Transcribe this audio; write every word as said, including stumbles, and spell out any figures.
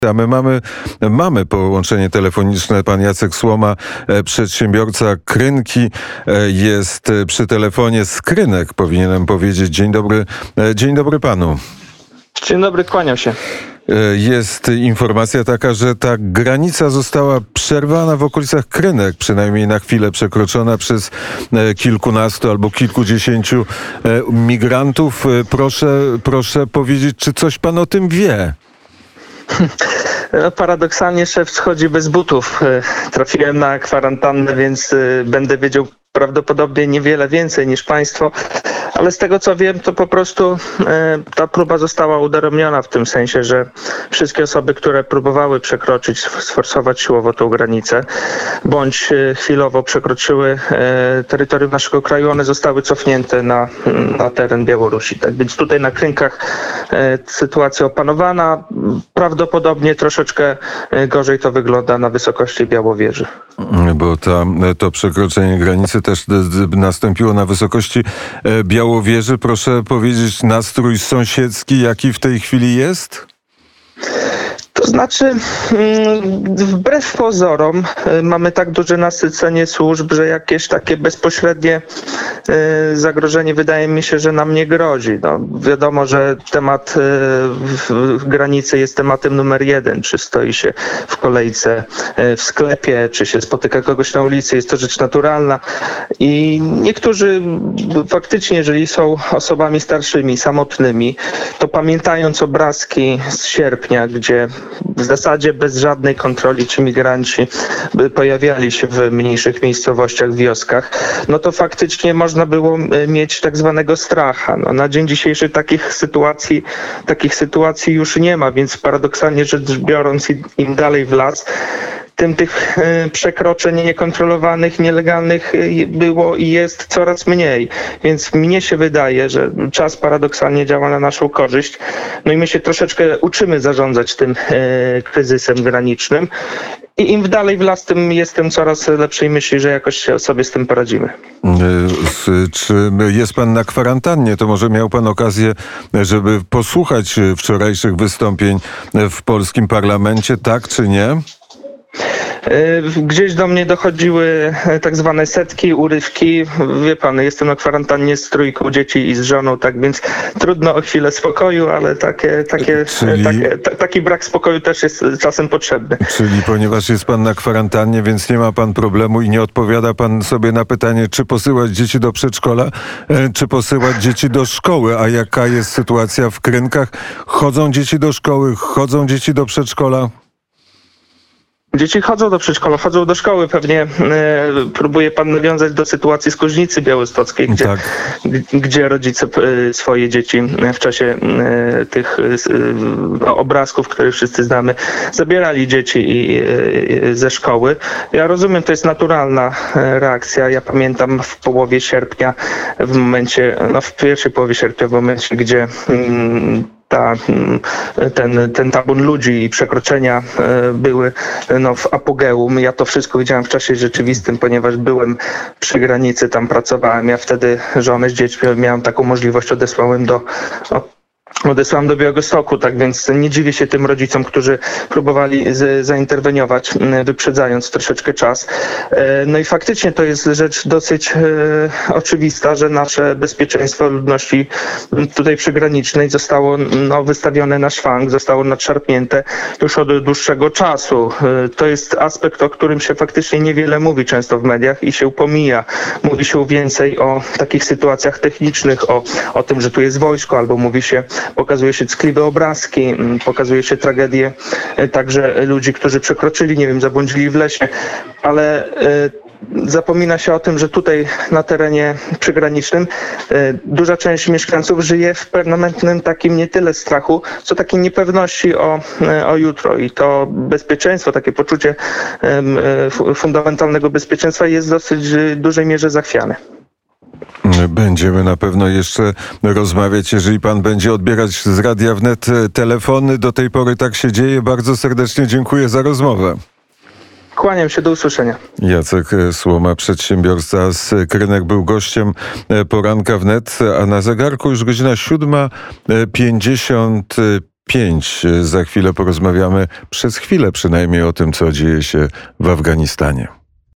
A my mamy, mamy połączenie telefoniczne. Pan Jacek Słoma, przedsiębiorca Krynki, jest przy telefonie z Krynek, powinienem powiedzieć. Dzień dobry, dzień dobry panu. Dzień dobry, kłaniam się. Jest informacja taka, że ta granica została przerwana w okolicach Krynek, przynajmniej na chwilę przekroczona przez kilkunastu albo kilkudziesięciu migrantów. Proszę, proszę powiedzieć, czy coś pan o tym wie? No, paradoksalnie szef schodzi bez butów. Trafiłem na kwarantannę, więc będę wiedział prawdopodobnie niewiele więcej niż państwo, ale z tego co wiem, to po prostu e, ta próba została udaremniona w tym sensie, że wszystkie osoby, które próbowały przekroczyć, sforsować siłowo tą granicę, bądź e, chwilowo przekroczyły e, terytorium naszego kraju, one zostały cofnięte na, na teren Białorusi. Tak więc tutaj na Krynkach e, sytuacja opanowana, prawdopodobnie troszeczkę gorzej to wygląda na wysokości Białowieży. Bo ta, to przekroczenie granicy też nastąpiło na wysokości Białowieży. Proszę powiedzieć, nastrój sąsiedzki jaki w tej chwili jest? To znaczy, wbrew pozorom mamy tak duże nasycenie służb, że jakieś takie bezpośrednie zagrożenie wydaje mi się, że nam nie grozi. No, wiadomo, że temat granicy jest tematem numer jeden. Czy stoi się w kolejce w sklepie, czy się spotyka kogoś na ulicy, jest to rzecz naturalna. I niektórzy faktycznie, jeżeli są osobami starszymi, samotnymi, to pamiętając obrazki z sierpnia, gdzie w zasadzie bez żadnej kontroli ci migranci pojawiali się w mniejszych miejscowościach, wioskach, no to faktycznie można było mieć tak zwanego stracha. No, na dzień dzisiejszy takich sytuacji, takich sytuacji już nie ma, więc paradoksalnie rzecz biorąc, im dalej w las, tym tych przekroczeń niekontrolowanych, nielegalnych było i jest coraz mniej. Więc mnie się wydaje, że czas paradoksalnie działa na naszą korzyść. No i my się troszeczkę uczymy zarządzać tym kryzysem granicznym. I im dalej w las, tym jestem coraz lepszej myśli, że jakoś sobie z tym poradzimy. Czy jest pan na kwarantannie? To może miał pan okazję, żeby posłuchać wczorajszych wystąpień w polskim parlamencie, tak czy nie? Gdzieś do mnie dochodziły tak zwane setki, urywki. Wie pan, jestem na kwarantannie z trójką dzieci i z żoną, tak więc trudno o chwilę spokoju, ale takie, takie, Czyli... takie, t- taki brak spokoju też jest czasem potrzebny. Czyli ponieważ jest pan na kwarantannie, więc nie ma pan problemu i nie odpowiada pan sobie na pytanie, czy posyłać dzieci do przedszkola, czy posyłać dzieci do szkoły. A jaka jest sytuacja w Krynkach? Chodzą dzieci do szkoły, chodzą dzieci do przedszkola? Dzieci chodzą do przedszkola, chodzą do szkoły. Pewnie e, próbuje pan nawiązać do sytuacji z Kuźnicy Białostockiej, gdzie, tak. g, gdzie rodzice e, swoje dzieci w czasie e, tych e, obrazków, które wszyscy znamy, zabierali dzieci i, e, ze szkoły. Ja rozumiem, to jest naturalna reakcja. Ja pamiętam w połowie sierpnia, w momencie, no w pierwszej połowie sierpnia, w momencie, gdzie mm, Ta, ten, ten tabun ludzi i przekroczenia były no, w apogeum. Ja to wszystko widziałem w czasie rzeczywistym, ponieważ byłem przy granicy, tam pracowałem. Ja wtedy żonę z dziećmi miałem taką możliwość, odesłałem do... No, Odesłałem do Białegostoku, tak więc nie dziwię się tym rodzicom, którzy próbowali z, zainterweniować, wyprzedzając troszeczkę czas. No i faktycznie to jest rzecz dosyć e, oczywista, że nasze bezpieczeństwo ludności tutaj przygranicznej zostało no, wystawione na szwank, zostało nadszarpnięte już od dłuższego czasu. E, to jest aspekt, o którym się faktycznie niewiele mówi często w mediach i się pomija. Mówi się więcej o takich sytuacjach technicznych, o, o tym, że tu jest wojsko, albo mówi się Pokazuje się ckliwe obrazki, pokazuje się tragedie także ludzi, którzy przekroczyli, nie wiem, zabłądzili w lesie, ale zapomina się o tym, że tutaj na terenie przygranicznym duża część mieszkańców żyje w permanentnym takim nie tyle strachu, co takiej niepewności o, o jutro. I to bezpieczeństwo, takie poczucie fundamentalnego bezpieczeństwa jest w dosyć dużej mierze zachwiane. Będziemy na pewno jeszcze rozmawiać, jeżeli pan będzie odbierać z Radia Wnet telefony. Do tej pory tak się dzieje. Bardzo serdecznie dziękuję za rozmowę. Kłaniam się, do usłyszenia. Jacek Słoma, przedsiębiorca z Krynek, był gościem Poranka Wnet, a na zegarku już godzina siódma pięćdziesiąt pięć. Za chwilę porozmawiamy, przez chwilę przynajmniej, o tym, co dzieje się w Afganistanie.